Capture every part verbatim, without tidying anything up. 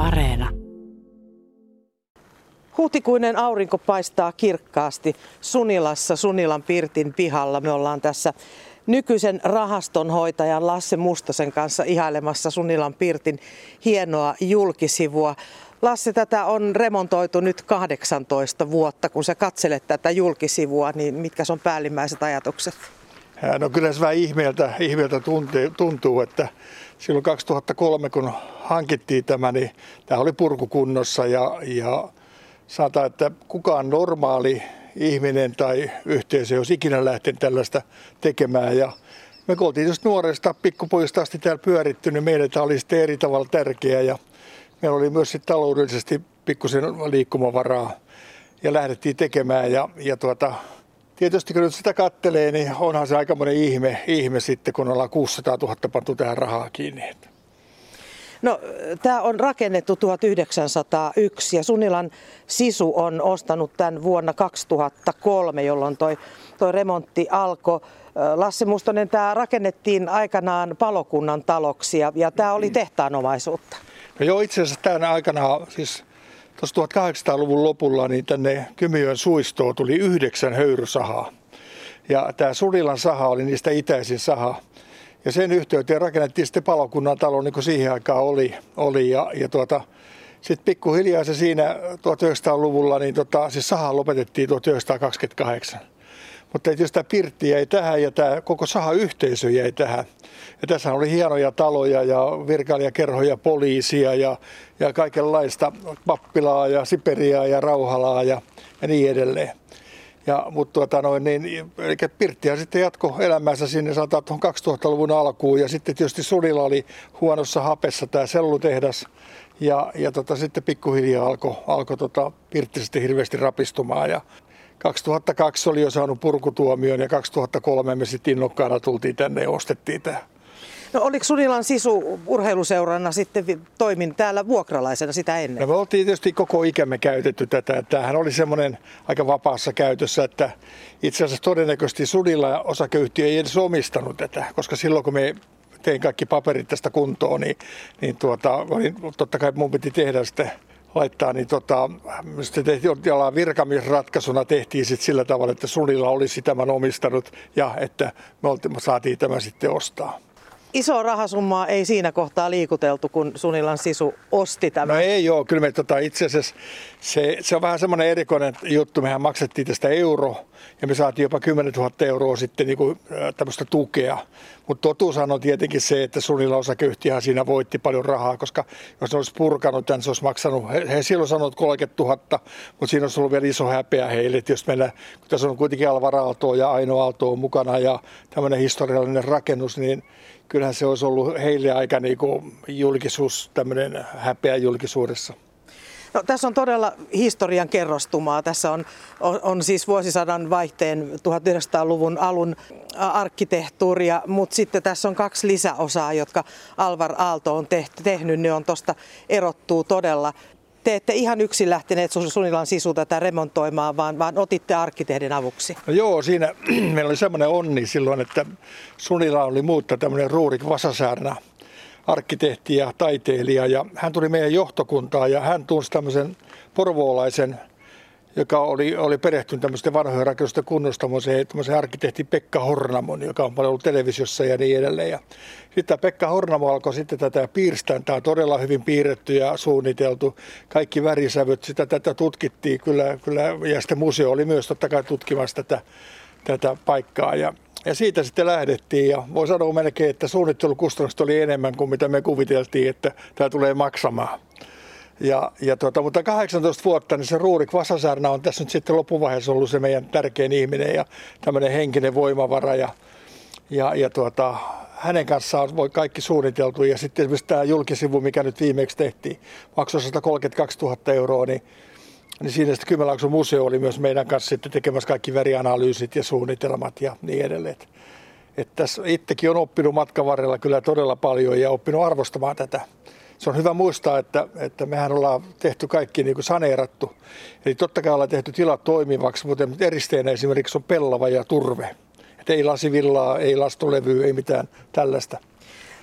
Areena. Huhtikuinen aurinko paistaa kirkkaasti Sunilassa Sunilan pirtin pihalla. Me ollaan tässä nykyisen rahastonhoitajan Lasse Mustosen kanssa ihailemassa Sunilan pirtin hienoa julkisivua. Lasse, tätä on remontoitu nyt kahdeksantoista vuotta. Kun sä katselet tätä julkisivua, niin mitkä on päällimmäiset ajatukset? No kyllä se vähän ihmeeltä, ihmeeltä tuntuu, että silloin kaksituhattakolme kun hankittiin tämä, niin tämä oli purkukunnossa ja, ja sanotaan, että kukaan normaali ihminen tai yhteisö ei olisi ikinä lähtenyt tällaista tekemään. Ja me kun oltiin just nuoresta pikkupojista asti täällä pyöritty, niin meille tämä oli sitten eri tavalla tärkeä ja meillä oli myös sitten taloudellisesti pikkusen liikkumavaraa ja lähdettiin tekemään ja, ja tuota, tietysti kun nyt sitä kattelee, niin onhan se aikamoinen ihme, ihme sitten, kun ollaan kuusisataatuhatta pantu tähän rahaa kiinni. No, tämä on rakennettu tuhatyhdeksänsataayksi ja Sunilan Sisu on ostanut tämän vuonna kaksituhattakolme, jolloin toi, toi remontti alkoi. Lasse Mustonen, tämä rakennettiin aikanaan palokunnan taloksi ja, ja tämä oli tehtaanomaisuutta. No joo, itse asiassa tämän aikana, siis tuossa tuhatkahdeksansataaluvun lopulla, niin tänne Kymijoen suistoon tuli yhdeksän höyrysahaa. Ja tämä Sunilan saha oli niistä itäisin saha. Ja sen yhteyteen rakennettiin sitten palokunnan talo, niin kuin siihen aikaan oli. oli ja, ja tuota, sitten pikkuhiljaa se siinä tuhatyhdeksänsataaluvulla, niin tota, siis saha lopetettiin tuhatyhdeksänsataakaksikymmentäkahdeksan. Mutta jos tämä pirtti jäi tähän ja tämä koko saha-yhteisö jäi tähän. Ja tässä oli hienoja taloja ja virkailijakerhoja, poliisia ja, ja kaikenlaista pappilaa ja siperiaa ja rauhalaa ja, ja niin edelleen. Ja, mutta tuota noin, niin, eli pirttiä sitten jatko elämänsä sinne sanotaan tuohon kaksituhattaluvun alkuun ja sitten tietysti Sunila oli huonossa hapessa tämä sellutehdas ja, ja tota, sitten pikkuhiljaa alkoi alko, tota, pirtti sitten hirveästi rapistumaan ja kaksituhattakaksi oli jo saanut purkutuomion ja kaksituhattakolme me sitten innokkaana tultiin tänne ja ostettiin tämä. No oliko Sunilan Sisu urheiluseurana sitten toimin täällä vuokralaisena sitä ennen? No me oltiin tietysti koko ikämme käytetty tätä. Tämähän oli semmoinen aika vapaassa käytössä, että itse asiassa todennäköisesti Sunila osakeyhtiö ei edes omistanut tätä, koska silloin kun me tein kaikki paperit tästä kuntoon, niin, niin tuota, totta kai mun piti tehdä sitten laittaa, niin tota, sitten tehtiin virkamiesratkaisuna tehtiin sitten sillä tavalla, että Sunila olisi tämän omistanut ja että me, oltiin, me saatiin tämä sitten ostaa. Iso rahasummaa ei siinä kohtaa liikuteltu, kun Sunilan Sisu osti tämän. No ei joo, kyllä me tota, itse asiassa se, se on vähän semmoinen erikoinen juttu. Mehän maksettiin tästä euro ja me saatiin jopa kymmenentuhatta euroa sitten niin kuin, tämmöistä tukea. Mutta totuushan on tietenkin se, että Sunila osakeyhtiöhän siinä voitti paljon rahaa, koska jos ne olisi purkanut tämän, se olisi maksanut, he, he silloin sanoivat kolmekymmentätuhatta, mutta siinä olisi ollut vielä iso häpeä heille, että jos meillä, kun tässä on kuitenkin Alvar Aalto ja Aino Aalto on mukana ja tämmöinen historiallinen rakennus, niin kyllähän se olisi ollut heille aika niin kuin julkisuus, tämmöinen häpeä julkisuudessa. No, tässä on todella historian kerrostumaa. Tässä on, on, on siis vuosisadan vaihteen tuhatyhdeksänsataaluvun alun arkkitehtuuria, mutta sitten tässä on kaksi lisäosaa, jotka Alvar Aalto on tehty, tehnyt. Ne on tuosta erottuu todella. Te ette ihan yksin lähteneet Sunilan Sisu tätä remontoimaan, vaan, vaan otitte arkkitehdin avuksi. No joo, siinä meillä oli semmoinen onni silloin, että Sunila oli muuttaa tämmöinen Ruurik Vasasäärnä, arkkitehti ja taiteilija. Ja hän tuli meidän johtokuntaan ja hän tunsi tämmöisen porvoolaisen, joka oli, oli perehtynyt tämmöisten vanhojen rakennusten kunnostamoiseen, tämmöisen arkkitehti Pekka Hornamon, joka on paljon ollut televisiossa ja niin edelleen. Ja sitten Pekka Hornamo alkoi sitten tätä piirstää. Tämä on todella hyvin piirretty ja suunniteltu. Kaikki värisävyt, sitä tätä tutkittiin kyllä, kyllä. Ja sitten museo oli myös totta kai tutkimassa tätä, tätä paikkaa. Ja, ja siitä sitten lähdettiin ja voi sanoa melkein, että suunnittelukustannukset oli enemmän kuin mitä me kuviteltiin, että tämä tulee maksamaan. Ja, ja tuota, mutta kahdeksantoista vuotta, niin se Ruurik Vasasäärnä on tässä nyt sitten loppuvaiheessa ollut se meidän tärkein ihminen ja tämmöinen henkinen voimavara. Ja, ja, ja tuota, hänen kanssaan voi kaikki suunniteltu. Ja sitten esimerkiksi tämä julkisivu, mikä nyt viimeksi tehtiin, maksoi sata kolmekymmentäkaksituhatta euroa, niin, niin siinä sitten Kymenlaakson museo oli myös meidän kanssa sitten tekemässä kaikki värianalyysit ja suunnitelmat ja niin edelleen. Että tässä itsekin on oppinut matkan varrella kyllä todella paljon ja oppinut arvostamaan tätä. Se on hyvä muistaa, että, että mehän ollaan tehty kaikki niin kuin saneerattu. Eli totta kai ollaan tehty tilat toimivaksi, mutta eristeenä esimerkiksi on pellava ja turve. Että ei lasivillaa, ei lastulevyä, ei mitään tällaista.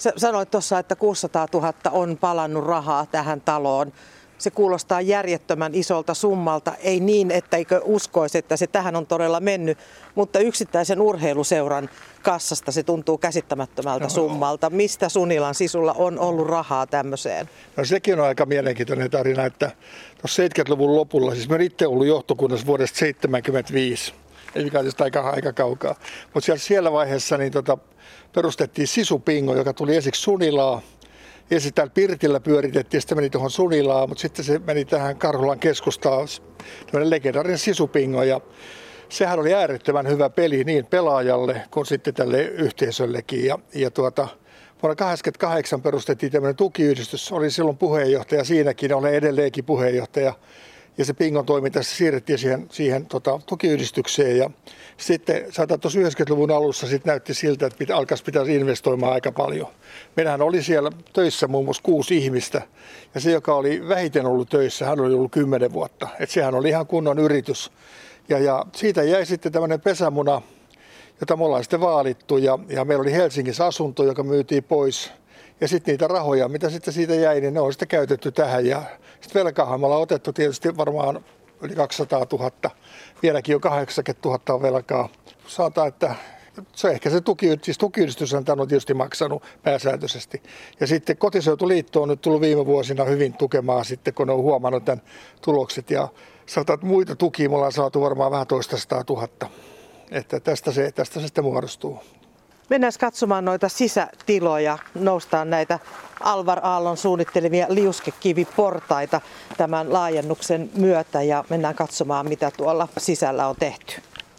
Sä sanoit tuossa, että kuusisataatuhatta on palannut rahaa tähän taloon. Se kuulostaa järjettömän isolta summalta, ei niin, että eikö uskoisi, että se tähän on todella mennyt, mutta yksittäisen urheiluseuran kassasta se tuntuu käsittämättömältä summalta. Mistä Sunilan Sisulla on ollut rahaa tämmöiseen? No sekin on aika mielenkiintoinen tarina, että tuossa seitsemänkymmentäluvun lopulla, siis mä olen itse ollut johtokunnassa vuodesta seitsemänkymmentäviisi, ei mikään aika, aika kaukaa, mutta siellä, siellä vaiheessa niin tota, perustettiin Sisupingo, joka tuli ensiksi Sunilaa. Ja sitten täällä Pirtillä pyöritettiin, sitten meni tuohon Sunilaan, mutta sitten se meni tähän Karhulan keskustaan, tämmöinen legendaarinen Sisupingo. Ja sehän oli äärettömän hyvä peli niin pelaajalle kuin sitten tälle yhteisöllekin. Ja, ja tuota, vuonna kahdeksankymmentäkahdeksan perustettiin tämmöinen tukiyhdistys, oli silloin puheenjohtaja siinäkin, olen edelleenkin puheenjohtaja. Ja se Pingon toiminta siirrettiin siihen, siihen tota, tukiyhdistykseen ja sitten tuossa yhdeksänkymmentäluvun alussa sit näytti siltä, että pitä, alkaisi pitäisi investoimaan aika paljon. Meillähän oli siellä töissä muun muassa kuusi ihmistä ja se, joka oli vähiten ollut töissä, hän oli ollut kymmenen vuotta. Et sehän oli ihan kunnon yritys. Ja, ja siitä jäi sitten tämmöinen pesämuna, jota me ollaan sitten vaalittu ja, ja meillä oli Helsingissä asunto, joka myytiin pois. Ja sitten niitä rahoja, mitä sitten siitä jäi, niin ne on sitten käytetty tähän. Ja sitten velkaahan me ollaan otettu tietysti varmaan yli kaksisataatuhatta. Vieläkin jo kahdeksankymmentätuhatta on velkaa. Sanotaan, että se ehkä se tuki, siis tukiyhdistys on tietysti maksanut pääsääntöisesti. Ja sitten Kotiseutuliitto on nyt tullut viime vuosina hyvin tukemaan sitten, kun ne on huomannut tämän tulokset. Ja sanotaan, että muita tukia me ollaan saatu varmaan vähän toista sataa tuhatta. Että tästä se, tästä se sitten muodostuu. Mennään katsomaan noita sisätiloja, noustaan näitä Alvar Aallon suunnittelemia liuskekiviportaita tämän laajennuksen myötä ja mennään katsomaan, mitä tuolla sisällä on tehty.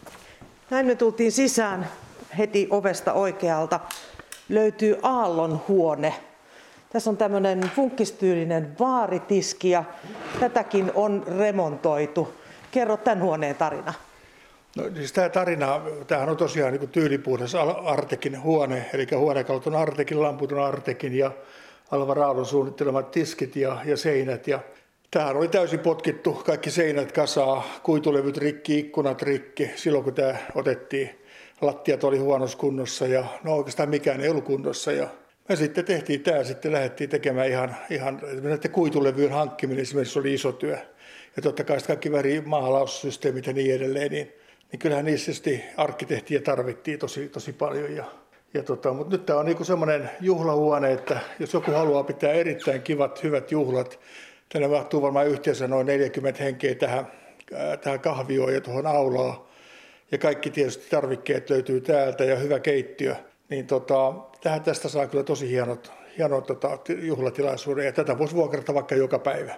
Näin me tultiin sisään heti ovesta oikealta. Löytyy Aallon huone. Tässä on tämmöinen funkkistyylinen vaaritiski ja tätäkin on remontoitu. Kerro tämän huoneen tarina. No, siis tämä tarina, tämähän on tosiaan niin tyylipuhdas Artekin huone, eli huonekalut on Artekin, lamput on Artekin ja Alvar Aallon suunnittelemat tiskit ja, ja seinät. Ja tämähän oli täysin potkittu, kaikki seinät kasaa, kuitulevyt rikki, ikkunat rikki, silloin kun tämä otettiin. Lattiat oli huonossa kunnossa ja no oikeastaan mikään ei ollut kunnossa. Ja me sitten tehtiin tämä, sitten lähdettiin tekemään ihan, ihan kuitulevyyn hankkiminen, esimerkiksi oli iso työ. Ja totta kai kaikki värimaalaussysteemit ja niin edelleen, niin niin kyllähän niissä arkkitehtiä tarvittiin tosi, tosi paljon. Ja, ja tota, mutta nyt tämä on niinku semmoinen juhlahuone, että jos joku haluaa pitää erittäin kivat, hyvät juhlat, tänne mahtuu varmaan yhteensä noin neljäkymmentä henkeä tähän, tähän kahvioon ja tuohon aulaan. Ja kaikki tietysti tarvikkeet löytyy täältä ja hyvä keittiö. Niin tota, tähän tästä saa kyllä tosi hienot, hienot tota, juhlatilaisuuden ja tätä voisi vuokrata vaikka joka päivä.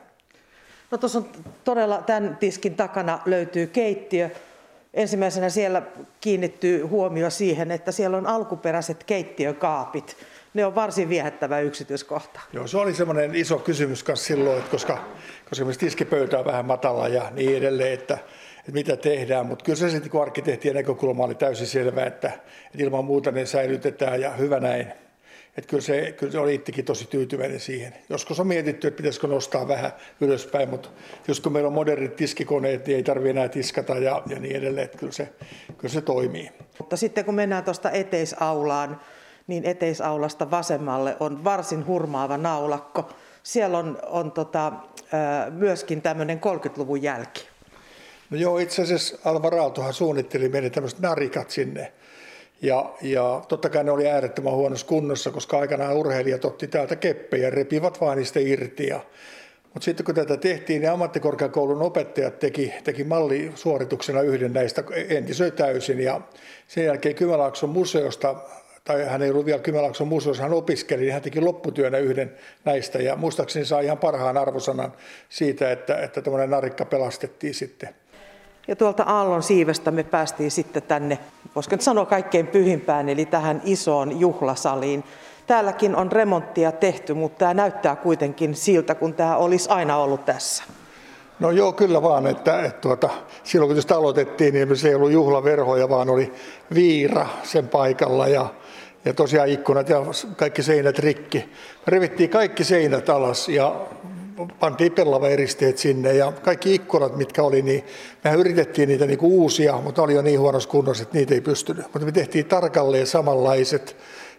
No tuossa on todella tämän tiskin takana löytyy keittiö. Ensimmäisenä siellä kiinnittyy huomio siihen, että siellä on alkuperäiset keittiökaapit. Ne on varsin viehättävä yksityiskohta. Joo, se oli semmoinen iso kysymys myös silloin, että koska, koska tiskipöytä on vähän matala ja niin edelleen, että, että mitä tehdään. Mutta kyllä se sitten kun arkkitehtien näkökulma oli täysin selvä, että, että ilman muuta ne säilytetään ja hyvä näin. Että kyllä se, kyllä se oli itsekin tosi tyytyväinen siihen. Joskus on mietitty, että pitäisikö nostaa vähän ylöspäin, mutta jos kun meillä on modernit tiskikoneet, niin ei tarvitse enää tiskata ja, ja niin edelleen. Että kyllä se, kyllä se toimii. Mutta sitten kun mennään tuosta eteisaulaan, niin eteisaulasta vasemmalle on varsin hurmaava naulakko. Siellä on, on tota, myöskin tämmöinen kolmekymmentäluvun jälki. No joo, itse asiassa Alvar Aaltohan suunnitteli meille tämmöiset narikat sinne. Ja, ja totta kai ne oli äärettömän huonossa kunnossa, koska aikanaan urheilijat otti täältä keppejä ja repivät vaan niistä irti. Mutta sitten kun tätä tehtiin, niin ammattikorkeakoulun opettajat teki, teki mallisuorituksena yhden näistä, entisöi täysin. Ja sen jälkeen Kymenlaakson museosta, tai hän ei ollut vielä Kymenlaakson museossa, hän opiskeli, niin hän teki lopputyönä yhden näistä. Ja muistaakseni sai ihan parhaan arvosanan siitä, että, että tämmöinen narikka pelastettiin sitten. Ja tuolta Aallon siivestä me päästiin sitten tänne, voisiko nyt sanoa kaikkein pyhimpään, eli tähän isoon juhlasaliin. Täälläkin on remonttia tehty, mutta tämä näyttää kuitenkin siltä, kun tämä olisi aina ollut tässä. No joo, kyllä vaan, että, että tuota, silloin kun tästä aloitettiin, niin se ei ollut juhlaverhoja, vaan oli viira sen paikalla ja, ja tosiaan ikkunat ja kaikki seinät rikki. Me revittiin kaikki seinät alas ja pantiin pellavaeristeet sinne ja kaikki ikkunat, mitkä oli, niin mehän yritettiin niitä niinku uusia, mutta oli jo niin huonossa kunnossa, että niitä ei pystynyt. Mutta me tehtiin tarkalleen samanlaiset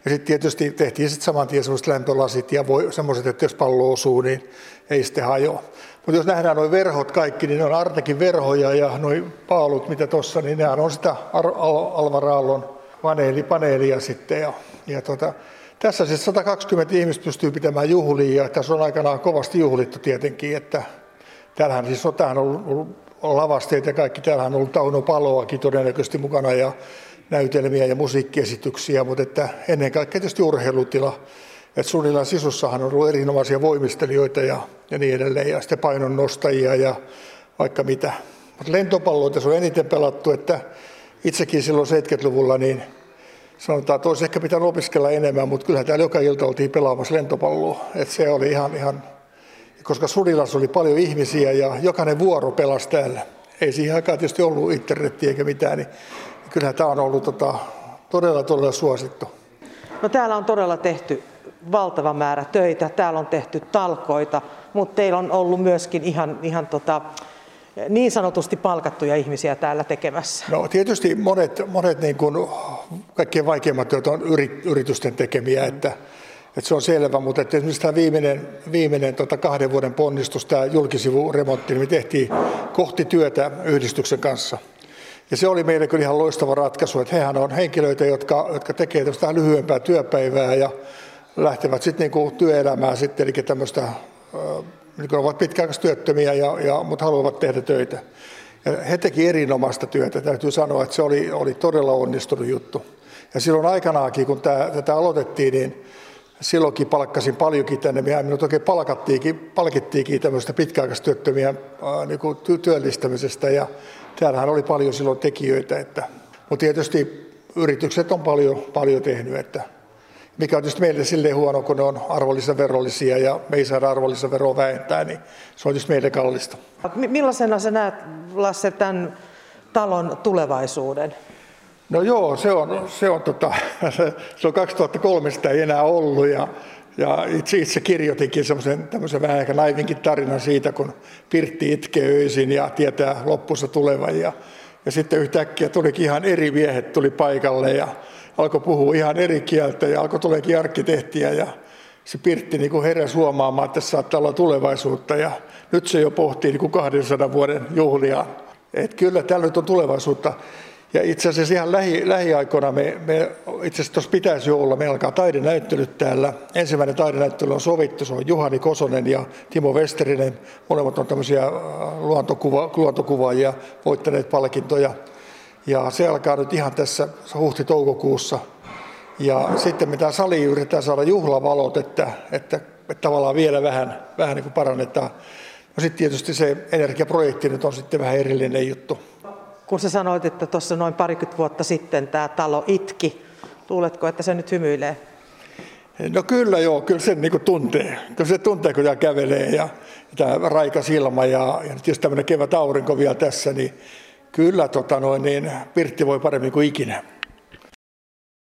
Ja sitten tietysti tehtiin sit saman tien semmoiset lämpölasit ja semmoiset, että jos pallo osuu, niin ei sitten hajoa. Mutta jos nähdään nuo verhot kaikki, niin ne on Artekin verhoja ja nuo paalut, mitä tuossa, niin nehän on sitä Alvar Aallon paneeli, paneelia sitten. Ja, ja tota, tässä siis sata kaksikymmentä ihmistä pystyy pitämään juhlia ja tässä on aikanaan kovasti juhlittu tietenkin, että täällähän siis on, tämähän on ollut lavasteet ja kaikki, täällähän on ollut Tauno Paloakin todennäköisesti mukana ja näytelmiä ja musiikkiesityksiä, mutta että ennen kaikkea tietysti urheilutila. Että Sunilan sisussahan on ollut erinomaisia voimistelijoita ja, ja niin edelleen, ja sitten painonnostajia ja vaikka mitä. Mutta lentopalloa tässä on eniten pelattu, että itsekin silloin seitsemänkymmentäluvulla niin sanotaan, että olisi ehkä pitänyt opiskella enemmän, mutta kyllähän täällä joka ilta oltiin pelaamassa lentopalloa. Että se oli ihan, ihan, koska Sunilassa oli paljon ihmisiä ja jokainen vuoro pelasi täällä. Ei siihen aikaan tietysti ollut internetiä eikä mitään, niin kyllähän tämä on ollut tota, todella, todella suosittu. No täällä on todella tehty valtava määrä töitä, täällä on tehty talkoita, mutta teillä on ollut myöskin ihan, ihan tota, niin sanotusti palkattuja ihmisiä täällä tekemässä. No tietysti monet, monet niin kuin kaikkein vaikeimmat työt on yritysten tekemiä, että, että se on selvä, mutta että esimerkiksi tämä viimeinen, viimeinen tota kahden vuoden ponnistus, tämä julkisivuremontti, niin me tehtiin kohti työtä yhdistyksen kanssa. Ja se oli meille kyllä ihan loistava ratkaisu, että hehän on henkilöitä, jotka, jotka tekevät tämmöistä lyhyempää työpäivää ja lähtevät sitten niinku työelämään sitten, eli tämmöistä, niin kuin ovat pitkäaikaistyöttömiä, ja, ja, mutta haluavat tehdä töitä. Ja he teki erinomaista työtä, täytyy sanoa, että se oli, oli todella onnistunut juttu. Ja silloin aikanaankin, kun tämä, tätä aloitettiin, niin silloinkin palkkasin paljonkin tänne, ja minut oikein palkattiinkin, palkittiinkin tämmöistä pitkäaikaistyöttömiä niin kuin työllistämisestä, ja täällähän oli paljon silloin tekijöitä, että, mutta tietysti yritykset on paljon, paljon tehnyt, että mikä on tietysti meille silleen huono, kun ne on arvonlisäverollisia ja me ei saada arvonlisäveroa vähentää, niin se on tietysti meille kallista. Millaisena sä näet, Lasse, tämän talon tulevaisuuden? No joo, se on, se on, tota, se on kaksituhattakolme, sitä ei enää ollut ja, ja itse, itse kirjoitinkin semmoisen tämmöisen vähän ehkä naivinkin tarinan siitä, kun Pirtti itkee öisin ja tietää loppussa tulevan ja, ja sitten yhtäkkiä tulikin ihan eri miehet tuli paikalle ja alkoi puhua ihan eri kieltä ja alkoi tuleekin arkkitehtiä ja se Pirtti niin kuin heräsi huomaamaan, että tässä saattaa olla tulevaisuutta ja nyt se jo pohtii niin kuin kahdensadan vuoden juhlia. Että kyllä täällä nyt on tulevaisuutta. Ja itse asiassa ihan lähi, lähiaikoina me, me itse asiassa tuossa pitäisi jo olla, me alkaa taidenäyttelyt täällä. Ensimmäinen taidenäyttely on sovittu, se on Juhani Kosonen ja Timo Westerinen. Molemmat on tämmöisiä luontokuva, luontokuvaajia, voittaneet palkintoja. Ja se alkaa nyt ihan tässä huhti-toukokuussa. Ja sitten me tämä sali yritetään saada juhlavalot, että, että, että tavallaan vielä vähän, vähän niin kuin parannetaan. No sitten tietysti se energiaprojekti nyt on sitten vähän erillinen juttu. Kun sä sanoit, että tuossa noin parikymmentä vuotta sitten tämä talo itki, luuletko, että se nyt hymyilee? No kyllä joo, kyllä sen niin kuin tuntee. Kyllä se tuntee, kun tämä kävelee ja, ja tämä raikas ilma ja, ja jos tämmöinen kevät aurinko vielä tässä, niin kyllä tota noin, niin Pirtti voi paremmin kuin ikinä.